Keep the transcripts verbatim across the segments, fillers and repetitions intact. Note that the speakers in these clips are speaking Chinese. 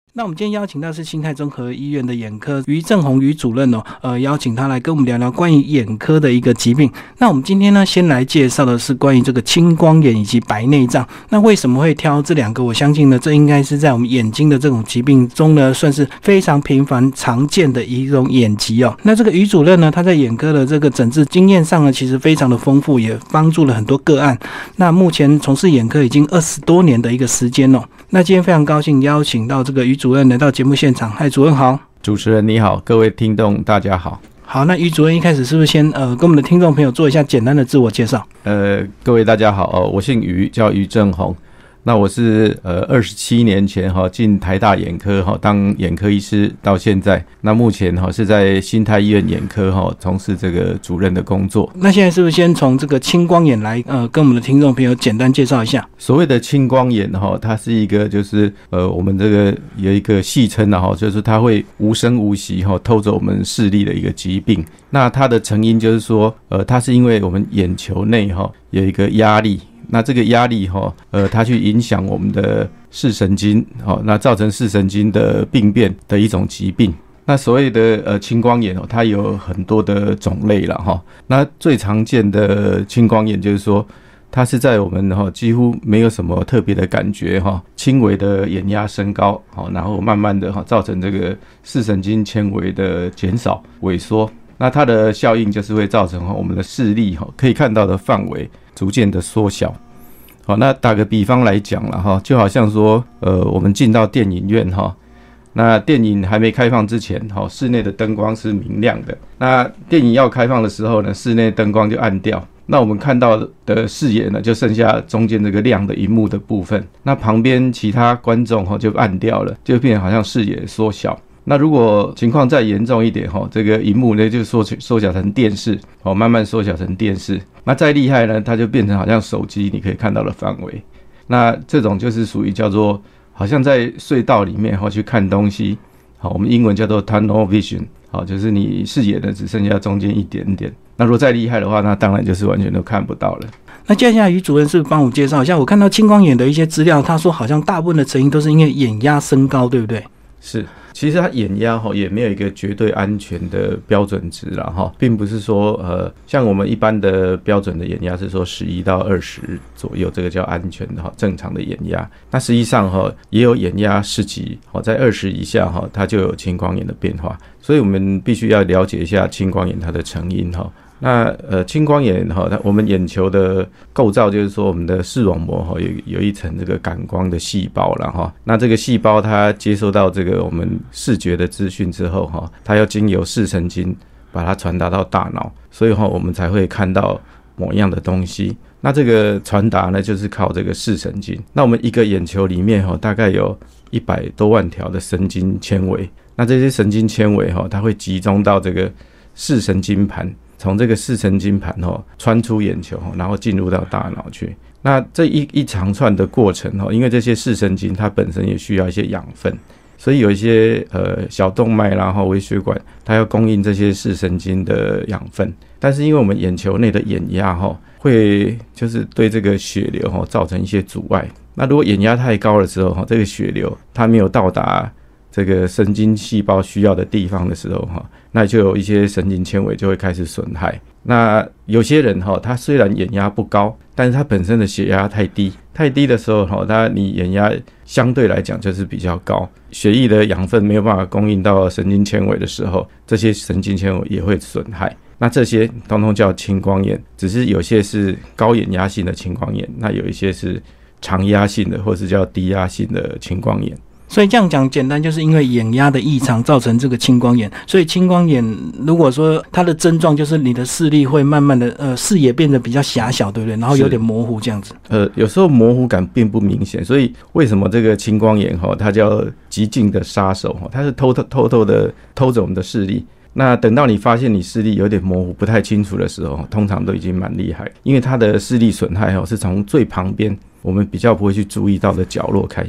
那我们今天邀请到是新泰综合医院的眼科于正宏于主任哦，呃，邀请他来跟我们聊聊关于眼科的一个疾病。那我们今天呢，先来介绍的是关于这个青光眼以及白内障。那为什么会挑这两个？我相信呢，这应该是在我们眼睛的这种疾病中呢，算是非常频繁常见的一种眼疾哦。那这个于主任呢，他在眼科的这个诊治经验上呢，其实非常的丰富，也帮助了很多个案。那目前从事眼科已经二十多年的一个时间哦。那今天非常高兴邀请到这个于主任来到节目现场。嗨，主任好。 主持人你好，各位听众大家好。 好，那于主任一开始是不是先呃跟我们的听众朋友做一下简单的自我介绍？ 呃，各位大家好哦，我姓于，叫于正宏。那我是呃二十七年前哈进台大眼科哈当眼科医师到现在，那目前哈是在新泰医院眼科哈从事这个主任的工作。 那现在是不是先从这个青光眼来呃跟我们的听众朋友简单介绍一下？ 所谓的青光眼哈，它是一个就是呃我们这个有一个戏称的哈，就是它会无声无息哈偷走我们视力的一个疾病。那它的成因就是说呃它是因为我们眼球内哈有一个压力。那这个压力哈，呃，它去影响我们的视神经，好，那造成视神经的病变的一种疾病。那所谓的呃青光眼哦，它有很多的种类了哈。那最常见的青光眼就是说，它是在我们哈几乎没有什么特别的感觉哈，轻微的眼压升高，好，然后慢慢的哈造成这个视神经纤维的减少萎缩。那它的效应就是会造成我们的视力可以看到的范围逐渐的缩小。好，那打个比方来讲了哈，就好像说，呃，我们进到电影院哈，那电影还没开放之前，哈，室内的灯光是明亮的。那电影要开放的时候呢，室内灯光就暗掉。那我们看到的视野呢，就剩下中间这个亮的萤幕的部分。那旁边其他观众哈就暗掉了，就变成好像视野缩小。那如果情况再严重一点，这个萤幕呢就缩缩小成电视，慢慢缩小成电视。那再厉害呢，它就变成好像手机你可以看到的范围。那这种就是属于叫做好像在隧道里面去看东西，好，我们英文叫做 tunnel vision， 好，就是你视野呢只剩下中间一点点。那如果再厉害的话，那当然就是完全都看不到了。 那接下来于主任是不是帮我介绍一下？我看到青光眼的一些资料，他说好像大部分的成因都是因为眼压升高，对不对？ 是，其实它眼压也没有一个绝对安全的标准值啦，并不是说呃像我们一般的标准的眼压是说十一到二十左右，这个叫安全的正常的眼压。那实际上也有眼压十几，在二十以下它就有青光眼的变化，所以我们必须要了解一下青光眼它的成因。那呃，青光眼哈，我们眼球的构造就是说，我们的视网膜哈有有一层这个感光的细胞了哈。那这个细胞它接收到这个我们视觉的资讯之后哈，它要经由视神经把它传达到大脑，所以哈我们才会看到某样的东西。那这个传达呢，就是靠这个视神经。那我们一个眼球里面哈，大概有一百多万条的神经纤维。那这些神经纤维哈，它会集中到这个视神经盘。从这个视神经盘哦穿出眼球，然后进入到大脑去。那这一一长串的过程哦，因为这些视神经它本身也需要一些养分，所以有一些呃小动脉啦哈微血管，它要供应这些视神经的养分。但是因为我们眼球内的眼压哈会就是对这个血流哈造成一些阻碍。那如果眼压太高的时候哈，这个血流它没有到达这个神经细胞需要的地方的时候，那就有一些神经纤维就会开始损害。那有些人他虽然眼压不高，但是他本身的血压太低，太低的时候他你眼压相对来讲就是比较高，血液的养分没有办法供应到神经纤维的时候，这些神经纤维也会损害。那这些通通叫青光眼，只是有些是高眼压性的青光眼，那有一些是长压性的或是叫低压性的青光眼。 所以这样讲简单，就是因为眼压的异常造成这个青光眼。所以青光眼如果说它的症状就是你的视力会慢慢的呃视野变得比较狭小，对不对？然后有点模糊这样子。 呃，有时候模糊感并不明显，所以为什么这个青光眼哈，它叫极尽的杀手哈，它是偷偷偷偷的偷走我们的视力。那等到你发现你视力有点模糊不太清楚的时候，通常都已经蛮厉害，因为它的视力损害是从最旁边我们比较不会去注意到的角落开始。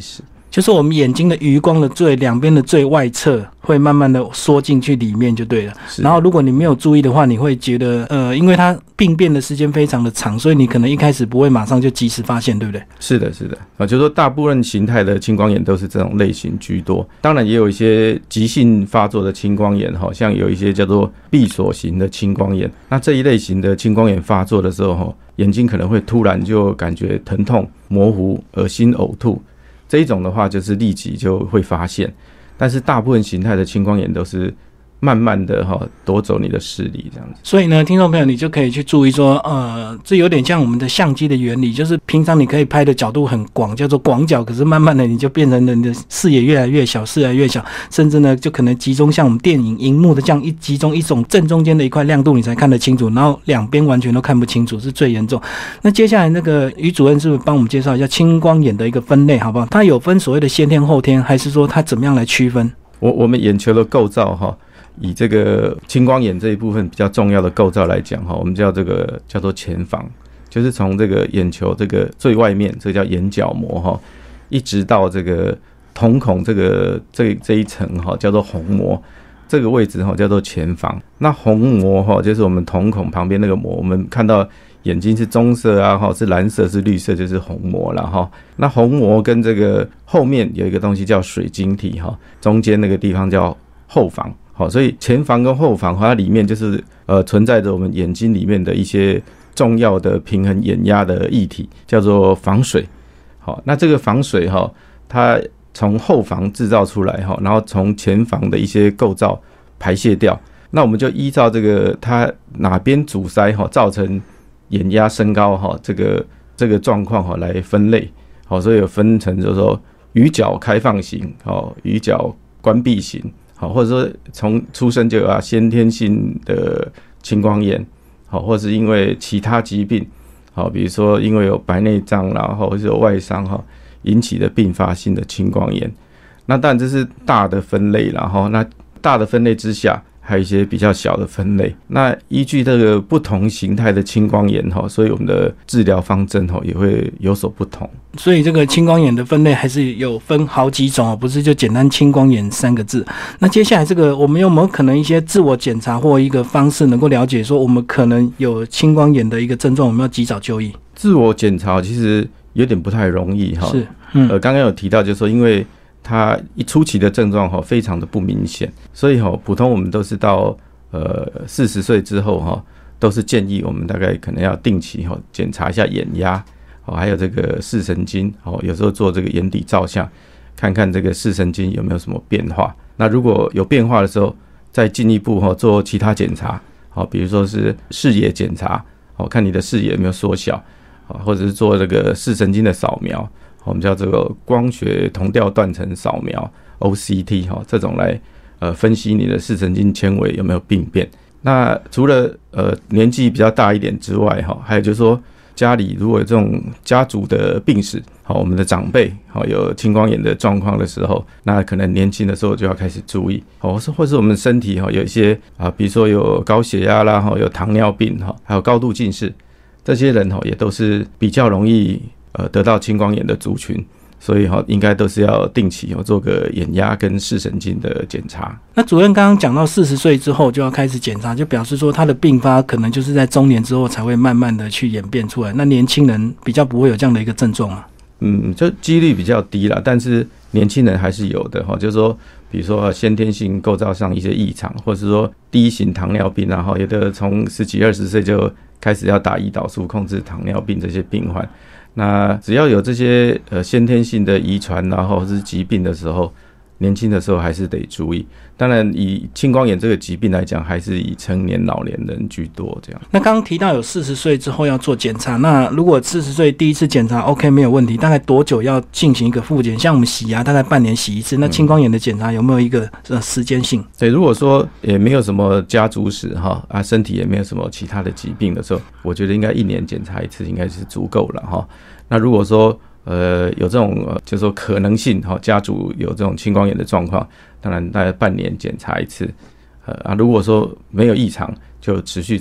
就是我们眼睛的余光的最两边的最外侧会慢慢的缩进去里面就对了。然后如果你没有注意的话，你会觉得呃，因为它病变的时间非常的长，所以你可能一开始不会马上就及时发现，对不对？是的，是的啊，就是说大部分形态的青光眼都是这种类型居多，当然也有一些急性发作的青光眼，好像有一些叫做闭锁型的青光眼。那这一类型的青光眼发作的时候，眼睛可能会突然就感觉疼痛、模糊、恶心、呕吐。这一种的话就是立即就会发现，但是大部分形态的青光眼都是慢慢的哈夺走你的视力这样子。所以呢，听众朋友你就可以去注意说，呃，这有点像我们的相机的原理，就是平常你可以拍的角度很广，叫做广角，可是慢慢的你就变成了你的视野越来越小，视野越小，甚至呢就可能集中像我们电影荧幕的这样一集中一种正中间的一块亮度你才看得清楚，然后两边完全都看不清楚，是最严重。那接下来那个于主任是不是帮我们介绍一下青光眼的一个分类好不好？它有分所谓的先天后天，还是说它怎么样来区分？我我们眼球的构造哈。以这个青光眼这一部分比较重要的构造来讲，我们叫这个叫做前房，就是从这个眼球这个最外面，这个叫眼角膜，一直到这个瞳孔这个这这一层叫做虹膜，这个位置叫做前房。那虹膜就是我们瞳孔旁边那个膜，我们看到眼睛是棕色啊，是蓝色是绿色就是虹膜啦。那虹膜跟这个后面有一个东西叫水晶体，中间那个地方叫后房。好，所以前房跟后房，它里面就是呃存在着我们眼睛里面的一些重要的平衡眼压的液体，叫做房水。好，那这个房水哈，它从后房制造出来哈，然后从前房的一些构造排泄掉。那我们就依照这个它哪边阻塞哈，造成眼压升高哈，这个这个状况哈来分类。好，所以有分成就是说鱼角开放型，好，鱼角关闭型。好，或者说从出生就有啊先天性的青光眼，好，或是因为其他疾病，好，比如说因为有白内障啦，或是有外伤哈引起的并发性的青光眼。那当然这是大的分类啦哈，那大的分类之下还有一些比较小的分类。那依据这个不同形态的青光眼哈，所以我们的治疗方针哈也会有所不同。所以这个青光眼的分类还是有分好几种，不是就简单青光眼三个字。那接下来这个我们有没有可能一些自我检查或一个方式能够了解说我们可能有青光眼的一个症状，我们要及早就医？自我检查其实有点不太容易哈。是，嗯，呃，刚刚有提到就是说因为它一初期的症状非常的不明显，所以普通我们都是到呃四十岁之后都是建议我们大概可能要定期检查一下眼压，还有这个视神经，有时候做这个眼底照相，看看这个视神经有没有什么变化。那如果有变化的时候，再进一步做其他检查，比如说是视野检查，看你的视野有没有缩小，或者是做这个视神经的扫描，我们叫这个光学同调断层扫描 O C T 这种来呃分析你的视神经纤维有没有病变。那除了呃年纪比较大一点之外，还有就是说家里如果有这种家族的病史，我们的长辈有青光眼的状况的时候，那可能年轻的时候就要开始注意，或是或是我们身体有一些啊，比如说有高血压啦，有糖尿病，还有高度近视，这些人也都是比较容易呃，得到青光眼的族群，所以应该都是要定期做个眼压跟视神经的检查。那主任刚刚讲到四十岁之后就要开始检查，就表示说他的并发可能就是在中年之后才会慢慢的去演变出来。那年轻人比较不会有这样的一个症状吗？嗯，就几率比较低啦，但是年轻人还是有的，就是说比如说先天性构造上一些异常，或是说第一型糖尿病，然后有的从十几二十岁就开始要打胰岛素控制糖尿病这些病患。那只要有这些呃先天性的遗传，然后是疾病的时候，年轻的时候还是得注意。当然，以青光眼这个疾病来讲，还是以成年老年人居多。这样。那刚刚提到有四十岁之后要做检查，那如果四十岁第一次检查 OK 没有问题，大概多久要进行一个复检？像我们洗牙大概半年洗一次，那青光眼的检查有没有一个呃时间性？对，如果说也没有什么家族史哈啊，身体也没有什么其他的疾病的时候，我觉得应该一年检查一次应该是足够了哈。那如果说呃有这种呃就是说可能性哈，家族有这种青光眼的状况，当然大概半年检查一次。呃啊，如果说没有异常，就持续这样，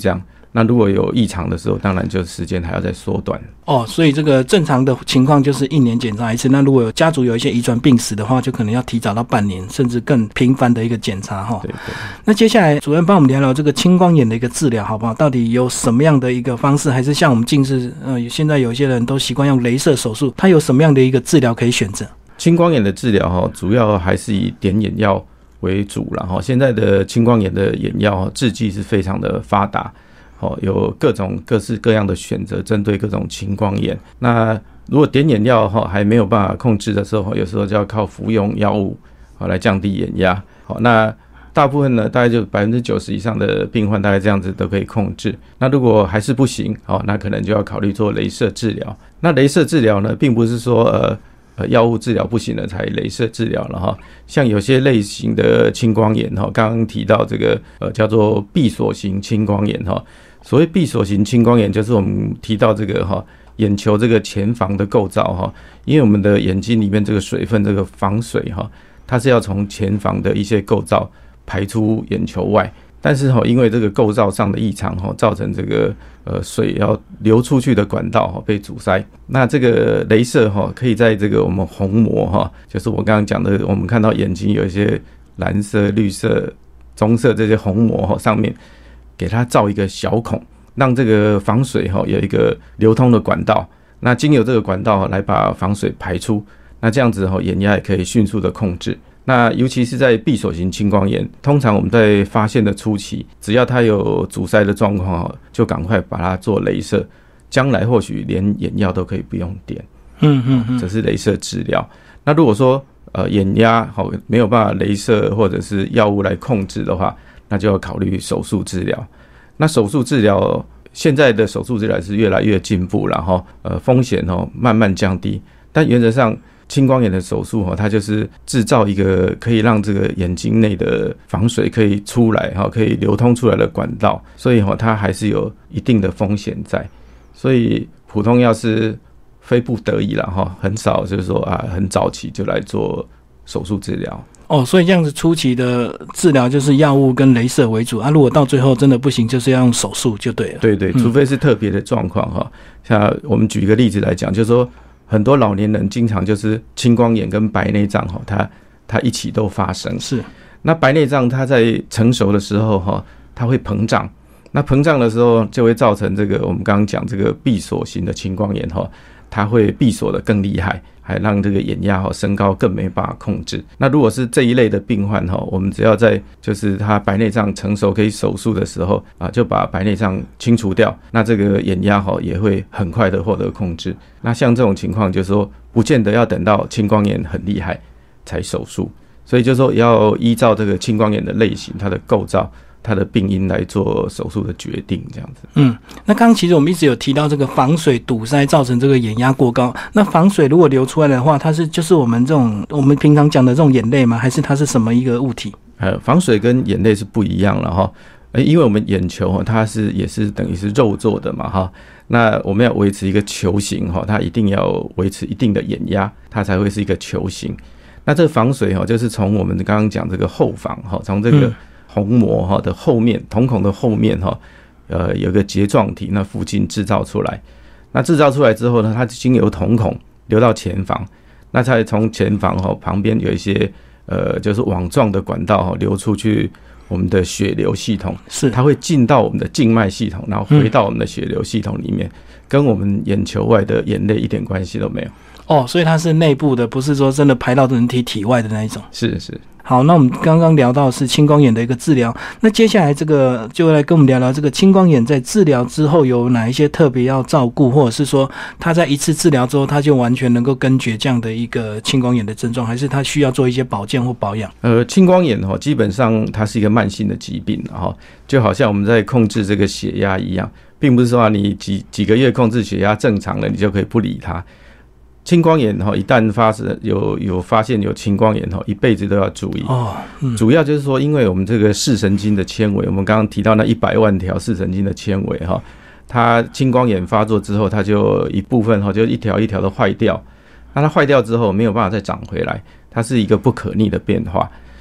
那如果有异常的时候，当然就时间还要再缩短。 哦，所以这个正常的情况就是一年检查一次，那如果有家族有一些遗传病史的话，就可能要提早到半年，甚至更频繁的一个检查哈。 对对。 那接下来主任帮我们聊聊这个青光眼的一个治疗好不好？到底有什么样的一个方式？还是像我们近视，呃，现在有些人都习惯用雷射手术，它有什么样的一个治疗可以选择？ 青光眼的治疗哈，主要还是以点眼药为主啦哈。现在的青光眼的眼药制剂是非常的发达。哦，有各种各式各样的选择，针对各种青光眼。那如果点眼药哈还没有办法控制的时候，有时候就要靠服用药物好来降低眼压。好，那大部分呢，大概就百分之九十以上的病患大概这样子都可以控制。那如果还是不行，好，那可能就要考虑做雷射治疗。那雷射治疗呢，并不是说呃。呃，药物治疗不行了才雷射治疗了哈，像有些类型的青光眼哈，刚刚提到这个呃叫做闭锁型青光眼哈。所谓闭锁型青光眼，就是我们提到这个哈眼球这个前房的构造哈，因为我们的眼睛里面这个水分这个房水哈，它是要从前房的一些构造排出眼球外。但是因为这个构造上的异常造成这个呃水要流出去的管道被阻塞，那这个雷射可以在这个我们虹膜，就是我刚刚讲的，我们看到眼睛有一些蓝色、绿色、棕色这些虹膜上面给它造一个小孔，让这个防水有一个流通的管道，那经由这个管道来把防水排出，那这样子眼压也可以迅速的控制。那尤其是在闭锁型青光眼，通常我们在发现的初期，只要它有阻塞的状况，就赶快把它做雷射，将来或许连眼药都可以不用点。嗯嗯嗯，这是雷射治疗。那如果说呃眼压好没有办法雷射或者是药物来控制的话，那就要考虑手术治疗。那手术治疗现在的手术治疗是越来越进步了哈，呃风险哦慢慢降低，但原则上。青光眼的手术它就是制造一个可以让这个眼睛内的防水可以出来，可以流通出来的管道，所以它还是有一定的风险在。所以普通要是非不得已啦，很少就是说啊，很早期就来做手术治疗。 哦，所以这样子初期的治疗就是药物跟雷射为主啊，如果到最后真的不行，就是要用手术就对了。 对对，除非是特别的状况哈。像我们举一个例子来讲，就是说。很多老年人经常就是青光眼跟白内障它它一起都发生。是，那白内障它在成熟的时候它会膨胀，那膨胀的时候就会造成这个我们刚刚讲这个闭锁型的青光眼它会闭锁的更厉害，还让这个眼压升高更没办法控制。那如果是这一类的病患，我们只要在就是他白内障成熟可以手术的时候啊，就把白内障清除掉，那这个眼压也会很快的获得控制。那像这种情况就是说不见得要等到青光眼很厉害才手术，所以就是说要依照这个青光眼的类型、它的构造、它的病因来做手术的决定，这样子。嗯， 那刚刚其实我们一直有提到这个防水堵塞造成这个眼压过高，那防水如果流出来的话，它是就是我们这种我们平常讲的这种眼泪吗？还是它是什么一个物体？ 呃，防水跟眼泪是不一样了哈，因为我们眼球它是也是等于是肉做的嘛哈，那我们要维持一个球形哈，它一定要维持一定的眼压，它才会是一个球形。那这个防水哈，就是从我们刚刚讲这个后防哈，从这个虹膜的后面，瞳孔的后面哈，呃，有个睫状体那附近制造出来。那制造出来之后呢，它经由瞳孔流到前房，那再从前房哈旁边有一些呃，就是网状的管道哈流出去我们的血流系统，是它会进到我们的静脉系统，然后回到我们的血流系统里面，嗯、跟我们眼球外的眼泪一点关系都没有。 哦，所以它是内部的，不是说真的排到人体体外的那一种。 是是。 好，那我们刚刚聊到的是青光眼的一个治疗，那接下来这个就来跟我们聊聊这个青光眼在治疗之后有哪一些特别要照顾，或者是说他在一次治疗之后他就完全能够根绝这样的一个青光眼的症状，还是他需要做一些保健或保养？ 呃，青光眼哦，基本上它是一个慢性的疾病哈，就好像我们在控制这个血压一样，并不是说你几几个月控制血压正常了，你就可以不理它。青光眼一旦发生有有发现有青光眼一辈子都要注意哦、嗯。主要就是说，因为我们这个视神经的纤维，我们刚刚提到那一百万条视神经的纤维哈，它青光眼发作之后，它就一部分哈就一条一条的坏掉。那它坏掉之后没有办法再长回来，它是一个不可逆的变化。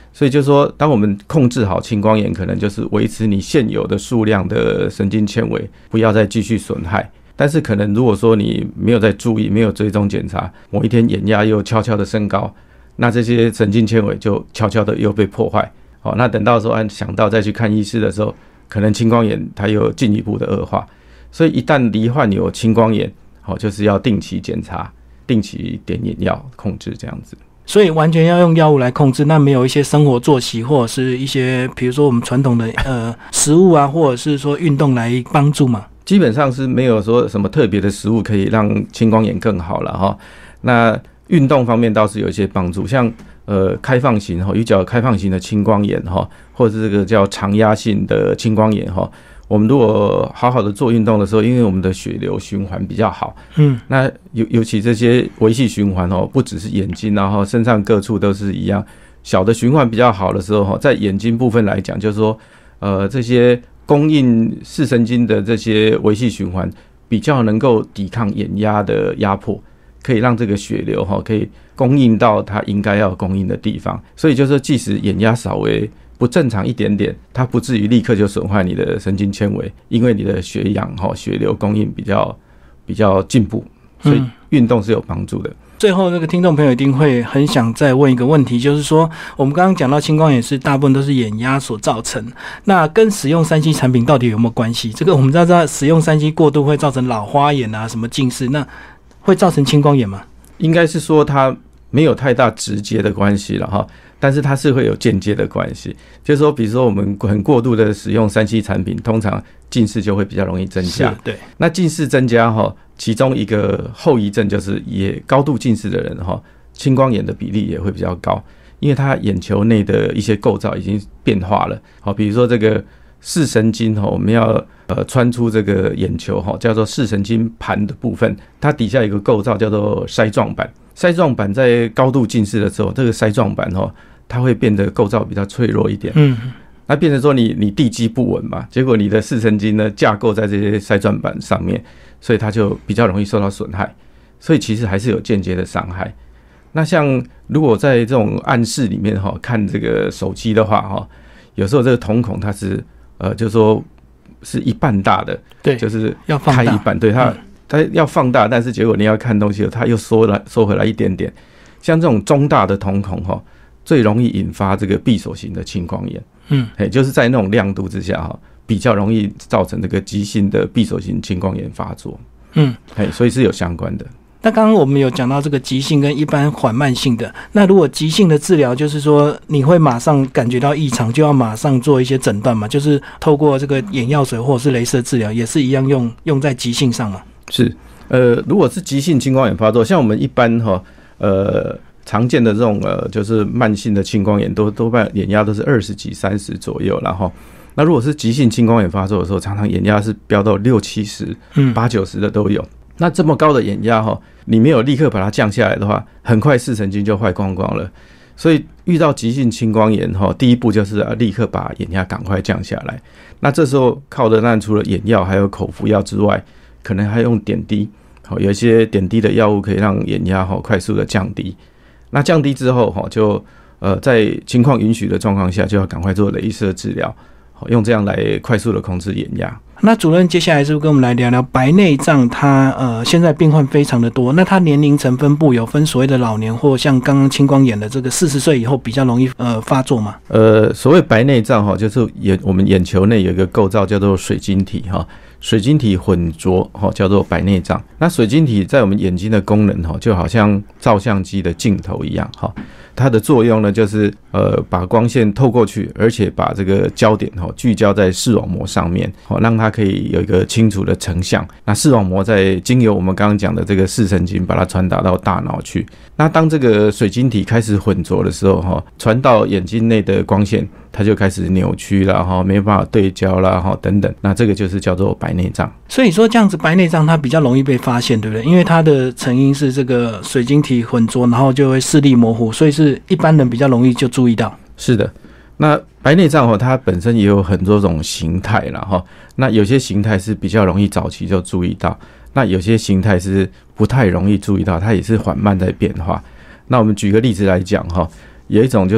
所以就是说，当我们控制好青光眼，可能就是维持你现有的数量的神经纤维，不要再继续损害。但是可能如果说你没有在注意，没有追踪检查，某一天眼压又悄悄的升高，那这些神经纤维就悄悄的又被破坏。哦，那等到说按想到再去看医师的时候，可能青光眼它又进一步的恶化。所以一旦罹患有青光眼，好，就是要定期检查，定期点眼药控制这样子。 所以完全要用药物来控制，那没有一些生活作息或者是一些比如说我们传统的呃食物啊，或者是说运动来帮助嘛？ 基本上是没有说什么特别的食物可以让青光眼更好了哈。那运动方面倒是有一些帮助，像呃开放型哈，鱼角开放型的青光眼哈，或者是这个叫常压性的青光眼哈。我们如果好好的做运动的时候，因为我们的血流循环比较好，嗯，那尤尤其这些微细循环哦，不只是眼睛，然后身上各处都是一样。小的循环比较好的时候，在眼睛部分来讲，就是说，呃，这些供应视神经的这些微细循环比较能够抵抗眼压的压迫，可以让这个血流哈可以供应到它应该要供应的地方。所以就是说，即使眼压稍微不正常一点点，它不至于立刻就损坏你的神经纤维，因为你的血氧血流供应比较比较进步，所以运动是有帮助的。 最后，那个听众朋友一定会很想再问一个问题，就是说，我们刚刚讲到青光眼是大部分都是眼压所造成，那跟使用 三 C 产品到底有没有关系？这个我们知道，使用 三 C 过度会造成老花眼啊，什么近视，那会造成青光眼吗？ 应该是说它没有太大直接的关系了哈。但是它是会有间接的关系，就是说，比如说我们很过度的使用 三 C 产品，通常近视就会比较容易增加。 对， 那近视增加哈，其中一个后遗症就是也高度近视的人哈，青光眼的比例也会比较高，因为他眼球内的一些构造已经变化了。好，比如说这个视神经哈，我们要呃穿出这个眼球哈，叫做视神经盘的部分，它底下有一个构造叫做筛状板。筛状板在高度近视的时候，这个筛状板哈，它会变得构造比较脆弱一点。嗯，那变成说你你地基不稳嘛，结果你的视神经呢架构在这些筛状板上面，所以它就比较容易受到损害。所以其实还是有间接的伤害。那像如果在这种暗室里面哈看这个手机的话哈，有时候这个瞳孔它是呃就是说是一半大的， 对， 就是要放大开一半，对它。嗯它要放大，但是结果你要看东西，它又缩来缩回来一点点。像这种中大的瞳孔哈，最容易引发这个闭锁型的青光眼。嗯，哎，就是在那种亮度之下哈，比较容易造成这个急性的闭锁型青光眼发作。嗯，哎，所以是有相关的。 那刚刚我们有讲到这个急性跟一般缓慢性的，那如果急性的治疗，就是说你会马上感觉到异常，就要马上做一些诊断嘛，就是透过这个眼药水或者是雷射治疗，也是一样用用在急性上嘛。 是，呃，如果是急性青光眼发作，像我们一般哈，呃，常见的这种呃，就是慢性的青光眼，都多半眼压都是二十几、三十左右，然后，那如果是急性青光眼发作的时候，常常眼压是飙到六七十、八九十的都有。那这么高的眼压哈，你没有立刻把它降下来的话，很快视神经就坏光光了。所以遇到急性青光眼哈，第一步就是要立刻把眼压赶快降下来。那这时候靠的那除了眼药还有口服药之外，可能还用点滴，有一些点滴的药物可以让眼压快速的降低。那降低之后，就呃在情况允许的状况下，就要赶快做雷射治疗，用这样来快速的控制眼压。 那主任接下来是不是跟我们来聊聊白内障？它呃现在病患非常的多，那它年龄层分布有分所谓的老年或像刚刚青光眼的这个四十岁以后比较容易呃发作吗？ 呃，所谓白内障哈，就是眼我们眼球内有一个构造叫做水晶体哈。水晶体混浊叫做白内障。那水晶体在我们眼睛的功能就好像照相机的镜头一样，它的作用呢就是呃把光线透过去，而且把这个焦点聚焦在视网膜上面，让它可以有一个清楚的成像。那视网膜再经由我们刚刚讲的这个视神经把它传达到大脑去。那当这个水晶体开始混浊的时候，传到眼睛内的光线它就开始扭曲啦，没办法对焦啦等等，那这个就是叫做白内障。 所以说这样子白内障它比较容易被发现，对不对？因为它的成因是这个水晶体混浊，然后就会视力模糊，所以是一般人比较容易就注意到。 是的，那白内障它本身也有很多种形态啦，那有些形态是比较容易早期就注意到，那有些形态是不太容易注意到，它也是缓慢在变化。那我们举个例子来讲，有一种就是说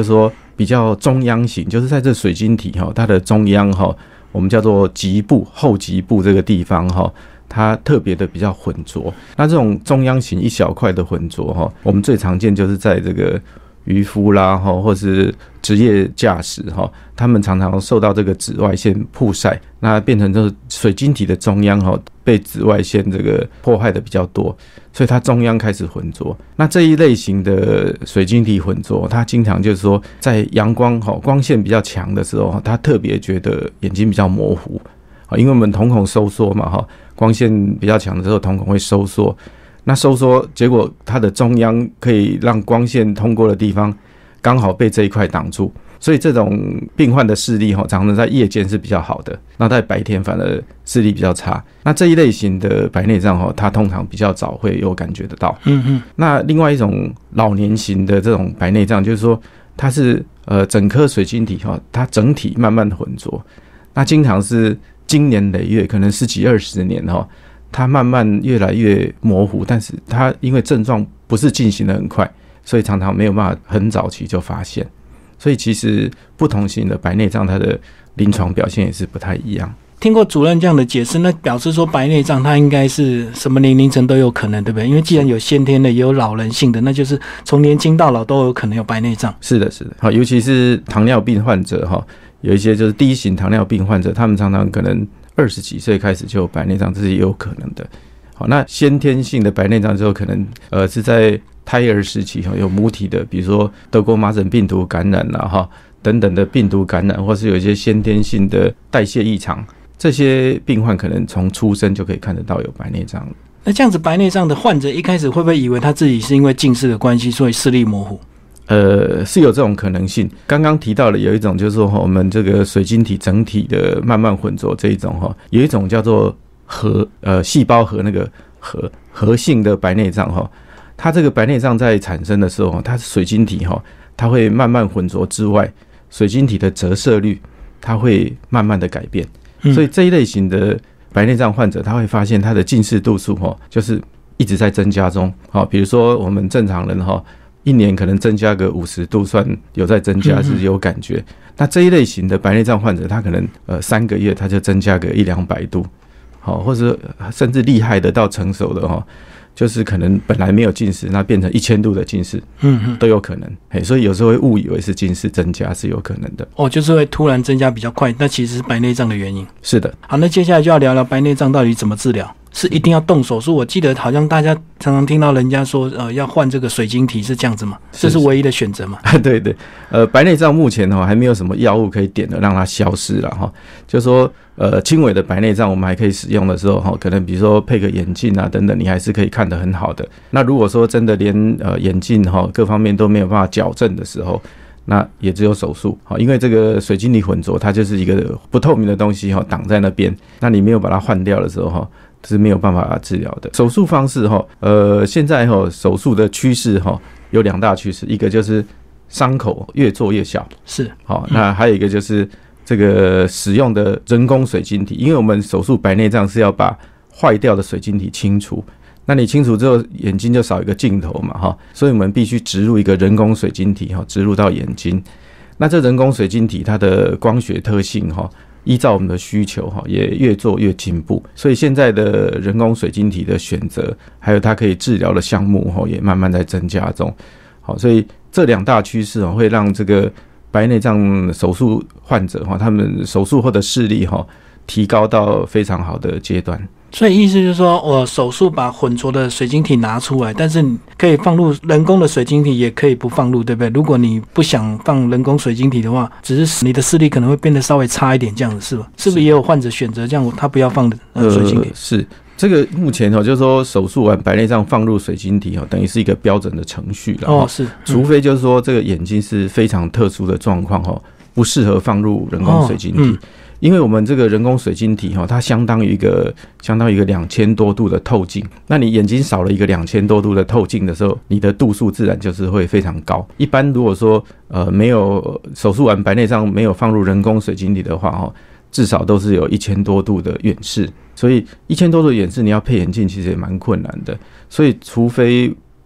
比较中央型，就是在这水晶体哈，它的中央哈，我们叫做极部后极部这个地方哈，它特别的比较浑浊。那这种中央型一小块的浑浊哈，我们最常见就是在这个渔夫啦哈，或是职业驾驶哈，他们常常受到这个紫外线曝晒，那变成就是水晶体的中央哈被紫外线这个破坏的比较多，所以它中央开始浑浊。那这一类型的水晶体浑浊，它经常就是说在阳光哈光线比较强的时候，它特别觉得眼睛比较模糊，因为我们瞳孔收缩嘛哈，光线比较强的时候瞳孔会收缩。那收缩，结果它的中央可以让光线通过的地方，刚好被这一块挡住，所以这种病患的视力哈，常常在夜间是比较好的，那在白天反而视力比较差。那这一类型的白内障哈，它通常比较早会有感觉得到。嗯嗯。那另外一种老年型的这种白内障，就是说它是呃整颗水晶体哈，它整体慢慢浑浊，那经常是经年累月，可能十几二十年哈。它慢慢越来越模糊，但是它因为症状不是进行得很快，所以常常没有办法很早期就发现。所以其实不同型的白内障，它的临床表现也是不太一样。 听过主任这样的解释，那表示说白内障它应该是什么年龄层都有可能，对不对？因为既然有先天的，也有老人性的，那就是从年轻到老都有可能有白内障。 是的，是的。好，尤其是糖尿病患者哈，有一些就是第一型糖尿病患者，他们常常可能二十几岁开始就有白内障，这是也有可能的。好，那先天性的白内障之后，可能呃是在胎儿时期有母体的，比如说德国麻疹病毒感染啦哈等等的病毒感染，或是有一些先天性的代谢异常，这些病患可能从出生就可以看得到有白内障。 那这样子白内障的患者一开始会不会以为他自己是因为近视的关系，所以视力模糊？ 呃，是有这种可能性。刚刚提到的有一种就是说我们这个水晶体整体的慢慢浑浊这一种哈，有一种叫做核呃细胞核那个核核性的白内障哈，它这个白内障在产生的时候，它是水晶体哈，它会慢慢浑浊之外，水晶体的折射率它会慢慢的改变，所以这一类型的白内障患者，他会发现他的近视度数哈，就是一直在增加中。好，比如说我们正常人哈，一年可能增加个五十度，算有在增加，是有感觉。那这一类型的白内障患者，他可能呃三个月他就增加个一两百度，好，或者甚至厉害的到成熟的哈，就是可能本来没有近视，那变成一千度的近视，嗯，都有可能。嘿，所以有时候会误以为是近视增加，是有可能的。 哦，就是会突然增加比较快，那其实是白内障的原因。 是的。 好，那接下来就要聊聊白内障到底怎么治疗。是一定要动手术？我记得好像大家常常听到人家说，呃，要换这个水晶体，是这样子吗？这是唯一的选择吗？ 对对，呃，白内障目前哈还没有什么药物可以点的让它消失了哈。就说呃轻微的白内障我们还可以使用的时候哈，可能比如说配个眼镜啊等等，你还是可以看得很好的。那如果说真的连呃眼镜哈各方面都没有办法矫正的时候，那也只有手术，因为这个水晶体浑浊它就是一个不透明的东西挡在那边，那你没有把它换掉的时候是没有办法治疗的。手术方式呃，现在手术的趋势有两大趋势，一个就是伤口越做越小， 是好，那还有一个就是这个使用的人工水晶体，因为我们手术白内障是要把坏掉的水晶体清除，那你清除之后眼睛就少一个镜头嘛，所以我们必须植入一个人工水晶体植入到眼睛。那这人工水晶体它的光学特性依照我们的需求也越做越进步，所以现在的人工水晶体的选择还有它可以治疗的项目也慢慢在增加中。好，所以这两大趋势会让这个白内障手术患者他们手术后的视力提高到非常好的阶段。 所以意思就是说，我手术把浑浊的水晶体拿出来，但是可以放入人工的水晶体，也可以不放入，对不对？如果你不想放人工水晶体的话，只是你的视力可能会变得稍微差一点，这样子是吧？是不是也有患者选择这样，他不要放水晶体？ 呃、是这个目前就是说手术完白内障放入水晶体等于是一个标准的程序了。 哦，是， 除非就是说这个眼睛是非常特殊的状况不适合放入人工水晶体。哦嗯，因为我们这个人工水晶体它相当于一个相当于一个两千多度的透镜，那你眼睛少了一个两千多度的透镜的时候，你的度数自然就是会非常高。一般如果说呃没有手术完白内障没有放入人工水晶体的话，至少都是有一千多度的远视，所以一千多度的远视你要配眼镜其实也蛮困难的。所以除非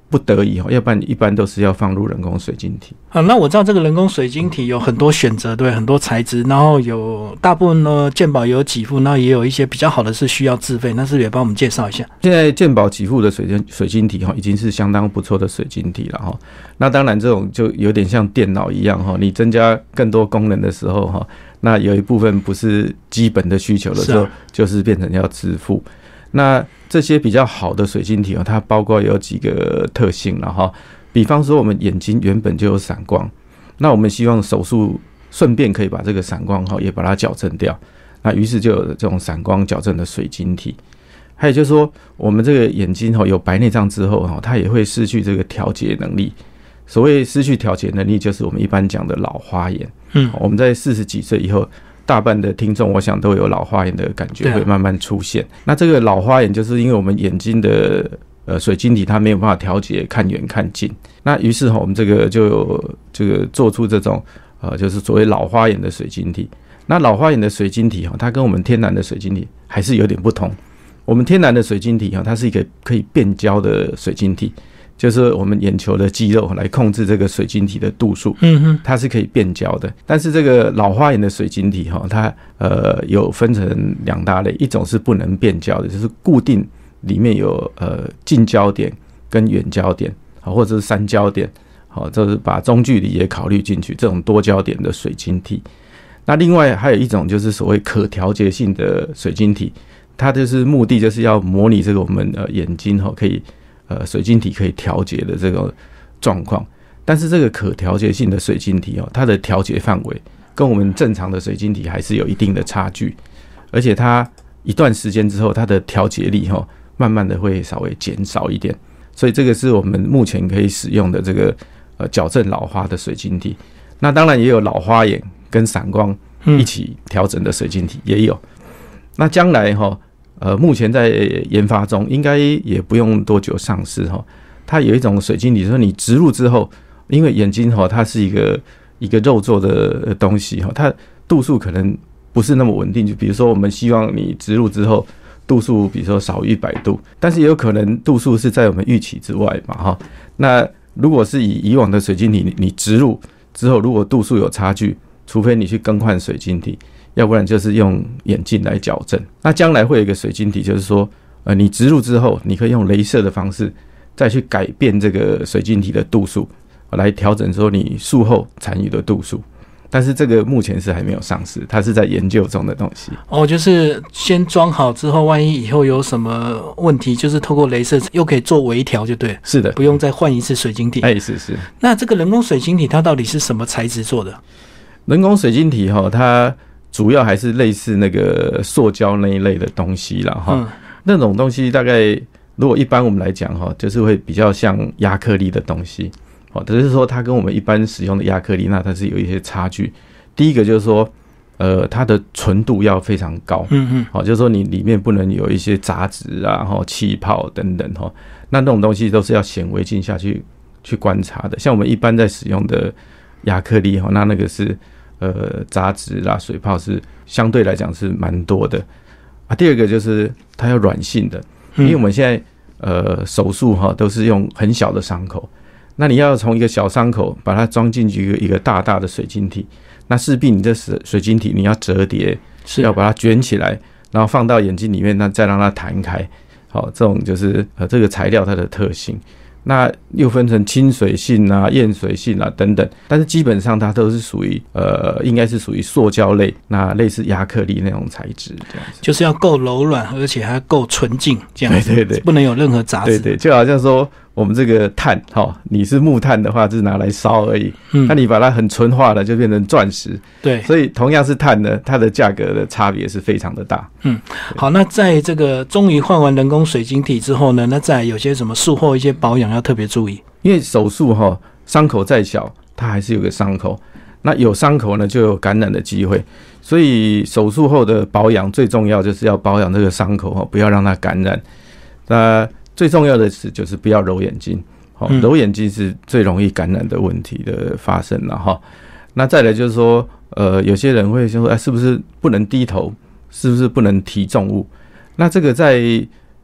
不得已，要不然一般都是要放入人工水晶体。 好，那我知道这个人工水晶体有很多选择，对，很多材质，然后有大部分呢健保也有给付，然后也有一些比较好的是需要自费，那是不是也帮我们介绍一下？ 现在健保给付的水晶水晶体已经是相当不错的水晶体了。那当然这种就有点像电脑一样，你增加更多功能的时候，那有一部分不是基本的需求的时候，就是变成要支付。那这些比较好的水晶体，它包括有几个特性了哈。比方说，我们眼睛原本就有散光，那我们希望手术顺便可以把这个散光也把它矫正掉，那于是就有这种散光矫正的水晶体。还有就是说，我们这个眼睛有白内障之后，它也会失去这个调节能力。所谓失去调节能力，就是我们一般讲的老花眼。嗯，我们在四十几岁以后，大半的听众我想都有老花眼的感觉会慢慢出现。啊、那这个老花眼就是因为我们眼睛的呃水晶体它没有办法调节看远看近，那于是我们这个就有这个做出这种呃就是所谓老花眼的水晶体。那老花眼的水晶体它跟我们天然的水晶体还是有点不同。我们天然的水晶体它是一个可以变焦的水晶体，就是我们眼球的肌肉来控制这个水晶体的度数，嗯哼，它是可以变焦的。但是这个老花眼的水晶体哈，它呃有分成两大类，一种是不能变焦的，就是固定里面有呃近焦点跟远焦点，或者是三焦点，好，就是把中距离也考虑进去，这种多焦点的水晶体。那另外还有一种就是所谓可调节性的水晶体，它就是目的就是要模拟这个我们呃眼睛哈可以。呃，水晶体可以调节的这个状况，但是这个可调节性的水晶体哦，它的调节范围跟我们正常的水晶体还是有一定的差距，而且它一段时间之后，它的调节力哈，慢慢的会稍微减少一点，所以这个是我们目前可以使用的这个呃矫正老花的水晶体。那当然也有老花眼跟散光一起调整的水晶体也有。那将来哈。呃，目前在研发中，应该也不用多久上市哈。它有一种水晶体，说你植入之后，因为眼睛哈，它是一个一个肉做的东西哈，它度数可能不是那么稳定。就比如说，我们希望你植入之后度数，比如说少于一百度，但是也有可能度数是在我们预期之外嘛哈。那如果是以以往的水晶体，你植入之后，如果度数有差距，除非你去更换水晶体。要不然就是用眼镜来矫正。那将来会有一个水晶体，就是说，呃，你植入之后，你可以用雷射的方式再去改变这个水晶体的度数，来调整说你术后残余的度数。但是这个目前是还没有上市，它是在研究中的东西。 哦，就是先装好之后，万一以后有什么问题，就是透过雷射又可以做微调，就对了。 是的， 不用再换一次水晶体。 哎，是是。 那这个人工水晶体它到底是什么材质做的？ 人工水晶体哈，它主要还是类似那个塑胶那一类的东西啦哈、嗯，那种东西大概如果一般我们来讲哈，就是会比较像亚克力的东西，哦，只是说它跟我们一般使用的亚克力那它是有一些差距。第一个就是说，呃，它的纯度要非常高，嗯嗯，好，就是说你里面不能有一些杂质啊、哈气泡等等哈，那那种东西都是要显微镜下去去观察的。像我们一般在使用的亚克力哈，那那个是。呃，杂质啦、水泡是相对来讲是蛮多的啊。第二个就是它要软性的，因为我们现在呃手术哈都是用很小的伤口，那你要从一个小伤口把它装进去一个一个大大的水晶体，那势必你这水晶体你要折叠，是要把它卷起来，然后放到眼睛里面，那再让它弹开。好，这种就是呃这个材料它的特性。那又分成亲水性啊、厌水性啊等等，但是基本上它都是属于呃，应该是属于塑胶类，那类似亚克力那种材质，这样子就是要够柔软，而且还够纯净，这样子， 对对对， 不能有任何杂质， 对对，就好像说我们这个碳哈，你是木炭的话，是拿来烧而已，嗯，那你把它很纯化了，就变成钻石，对，所以同样是碳呢，它的价格的差别是非常的大。 嗯，好，那在这个终于换完人工水晶体之后呢，那再有些什么术后一些保养要特别注意？ 因为手术哈，伤口再小，它还是有个伤口，那有伤口呢，就有感染的机会，所以手术后的保养最重要就是要保养这个伤口哈，不要让它感染。那最重要的是就是不要揉眼睛，揉眼睛是最容易感染的问题的发生了哈。那再来就是说，呃，有些人会说，哎，是不是不能低头？是不是不能提重物？那这个在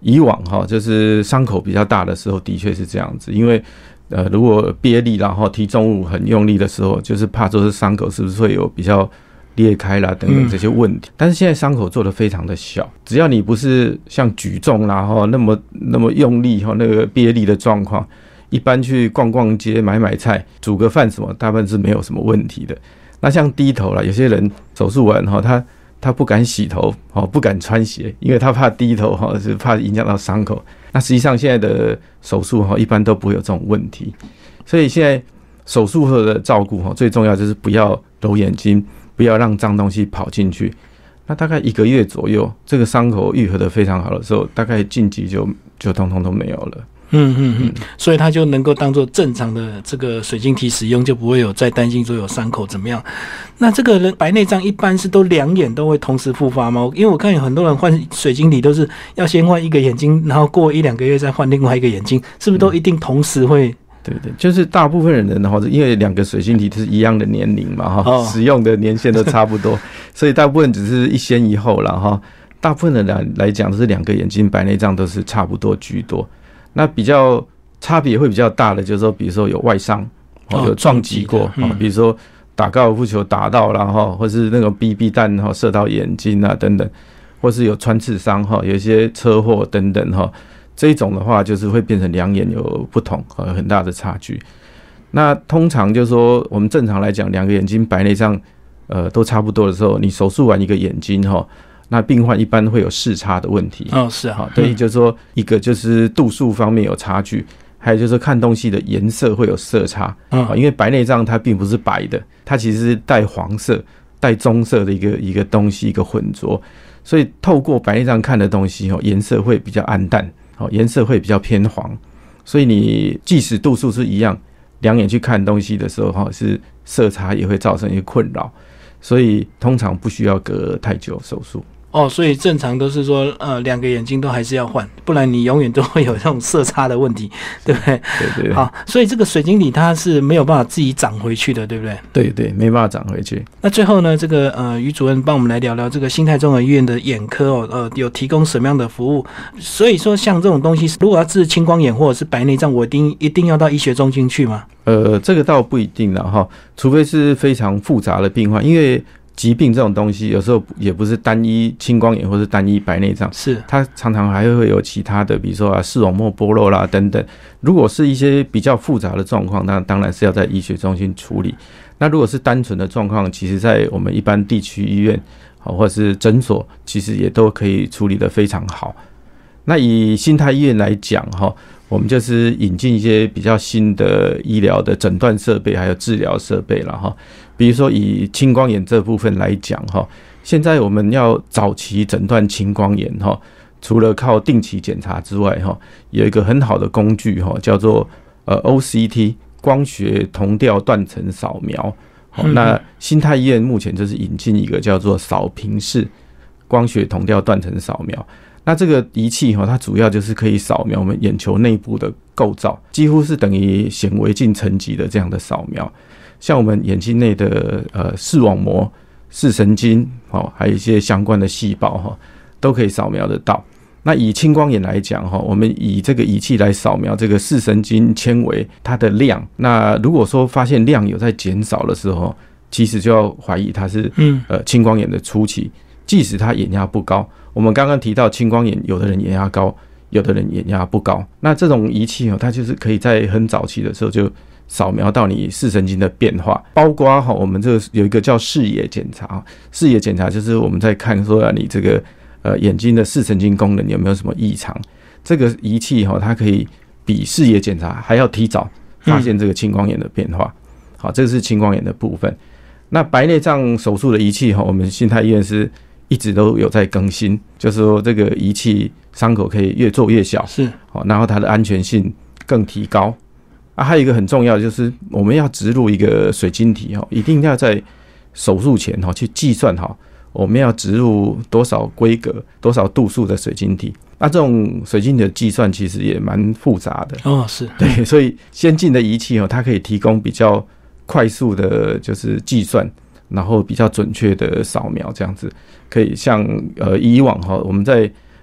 以往哈，就是伤口比较大的时候，的确是这样子，因为呃，如果憋力然后提重物很用力的时候，就是怕说是伤口是不是会有比较裂开啦等等这些问题。嗯、但是现在伤口做得非常的小，只要你不是像举重啦哈那么那么用力哈那个憋力的状况，一般去逛逛街买买菜煮个饭什么，大部分是没有什么问题的。那像低头啦，有些人手术完哈他。他不敢洗头，不敢穿鞋，因为他怕低头，是怕影响到伤口。那实际上现在的手术一般都不会有这种问题，所以现在手术后的照顾最重要就是不要揉眼睛，不要让脏东西跑进去。那大概一个月左右，这个伤口愈合得非常好的时候，大概晋级就就通通都没有了。 嗯嗯嗯，所以它就能够当做正常的这个水晶体使用，就不会有再担心说有伤口怎么样。那这个人白内障一般是都两眼都会同时复发吗？因为我看有很多人换水晶体都是要先换一个眼睛，然后过一两个月再换另外一个眼睛，是不是都一定同时会？嗯、 对对，就是大部分人的话，因为两个水晶体是一样的年龄嘛，哈、哦，使用的年限都差不多，所以大部分只是一先一后啦，哈。大部分的人来讲，都是两个眼睛白内障都是差不多居多。那比较差别会比较大的，就是说，比如说有外伤，哦，有撞击过，哦，比如说打高尔夫球打到啦，哈，或是那种 B B 弹哈射到眼睛啊等等，或是有穿刺伤哈，有一些车祸等等哈，这一种的话就是会变成两眼有不同，有很大的差距。那通常就是说，我们正常来讲，两个眼睛白内障呃都差不多的时候，你手术完一个眼睛哈。那病患一般会有视差的问题哦，是啊， 对，就是说一个就是度数方面有差距，还有就是看东西的颜色会有色差，嗯，因为白内障它并不是白的，它其实是带黄色、带棕色的一个一个东西一个混浊，所以透过白内障看的东西哦，颜色会比较暗淡，哦，颜色会比较偏黄，所以你即使度数是一样，两眼去看东西的时候哈，是色差也会造成一些困扰，所以通常不需要隔太久手术。 哦，所以正常都是说，呃，两个眼睛都还是要换，不然你永远都会有这种色差的问题，对不对？ 对对。 好，所以这个水晶体它是没有办法自己长回去的，对不对？ 对对，没办法长回去。 那最后呢，这个呃，于主任帮我们来聊聊这个新泰综合医院的眼科哦，呃，有提供什么样的服务？所以说，像这种东西，如果要治青光眼或者是白内障，我一定一定要到医学中心去吗？ 呃，这个倒不一定啦哈，除非是非常复杂的病患，因为疾病这种东西有时候也不是单一青光眼或是单一白内障， 是它常常还会有其他的，比如说啊视网膜剥落啦等等。如果是一些比较复杂的状况，那当然是要在医学中心处理。那如果是单纯的状况，其实在我们一般地区医院或者是诊所，其实也都可以处理得非常好。那以新泰医院来讲哈，我们就是引进一些比较新的医疗的诊断设备还有治疗设备了哈。比如说以青光眼这部分来讲哈，现在我们要早期诊断青光眼哈，除了靠定期检查之外哈，有一个很好的工具哈，叫做呃 O C T 光学同调断层扫描。好，那新泰医院目前就是引进一个叫做扫屏式光学同调断层扫描。那这个仪器它主要就是可以扫描我们眼球内部的构造，几乎是等于显微镜层级的这样的扫描。像我们眼睛内的呃视网膜、视神经，还有一些相关的细胞都可以扫描得到。那以青光眼来讲，我们以这个仪器来扫描这个视神经纤维它的量，那如果说发现量有在减少的时候，其实就要怀疑它是呃青光眼的初期，即使它眼压不高。我们刚刚提到青光眼，有的人眼压高，有的人眼压不高。那这种仪器它就是可以在很早期的时候就扫描到你视神经的变化，包括我们这个有一个叫视野检查。视野检查就是我们在看说你这个呃眼睛的视神经功能有没有什么异常。这个仪器它可以比视野检查还要提早发现这个青光眼的变化。好，这个是青光眼的部分。那白内障手术的仪器我们新泰医院是一直都有在更新，就是说这个仪器伤口可以越做越小， 是， 然后它的安全性更提高啊。还有一个很重要的就是我们要植入一个水晶体，一定要在手术前去计算好我们要植入多少规格、多少度数的水晶体。那这种水晶体的计算其实也蛮复杂的哦，是对，所以先进的仪器它可以提供比较快速的，就是计算。然后比较准确的扫描，这样子可以像呃以往哈我们在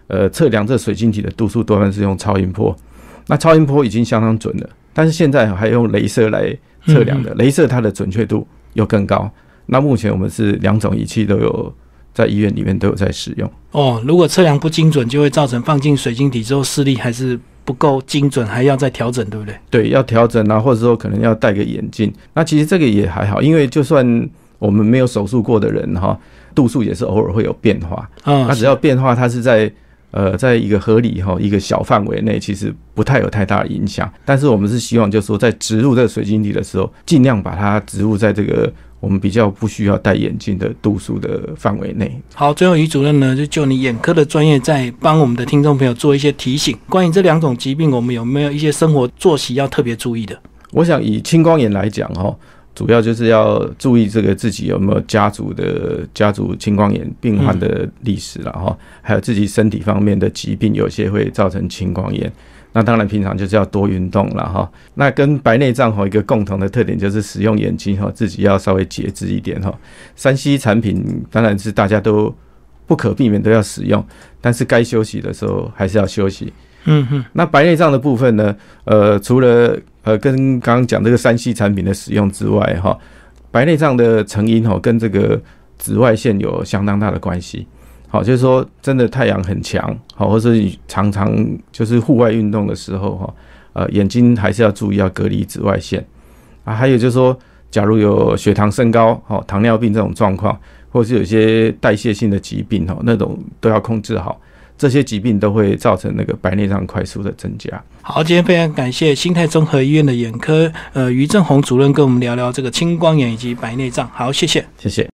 呃测量这水晶体的度数多半是用超音波，那超音波已经相当准了，但是现在还用雷射来测量的，雷射它的准确度又更高。那目前我们是两种仪器都有在医院里面都有在使用。 哦，如果测量不精准，就会造成放进水晶体之后视力还是不够精准，还要再调整，对不对？ 对，要调整啊，或者说可能要戴个眼镜。那其实这个也还好，因为就算我们没有手术过的人哈，度数也是偶尔会有变化。嗯，那只要变化，它是在呃，在一个合理哈一个小范围内，其实不太有太大的影响。但是我们是希望，就是说在植入这个水晶体的时候，尽量把它植入在这个我们比较不需要戴眼镜的度数的范围内。 好，最后于主任呢，就就你眼科的专业，再帮我们的听众朋友做一些提醒，关于这两种疾病，我们有没有一些生活作息要特别注意的？ 我想以青光眼来讲哈。主要就是要注意这个自己有没有家族的家族青光眼病患的历史啦齁，还有自己身体方面的疾病，有些会造成青光眼。那当然平常就是要多运动啦齁。那跟白内障齁一个共同的特点就是使用眼睛齁，自己要稍微节制一点齁。三 C 产品当然是大家都不可避免都要使用，但是该休息的时候还是要休息。嗯哼，那白内障的部分呢？呃，除了呃跟刚刚讲这个三 C 产品的使用之外，哈，白内障的成因哈跟这个紫外线有相当大的关系。好，就是说真的太阳很强，好，或是你常常就是户外运动的时候哈，呃，眼睛还是要注意要隔离紫外线啊。还有就是说，假如有血糖升高、哈糖尿病这种状况，或是有一些代谢性的疾病哈，那种都要控制好。这些疾病都会造成那个白内障快速的增加。 好，今天非常感谢新泰综合医院的眼科呃于正宏主任跟我们聊聊这个青光眼以及白内障。好，谢谢， 谢谢。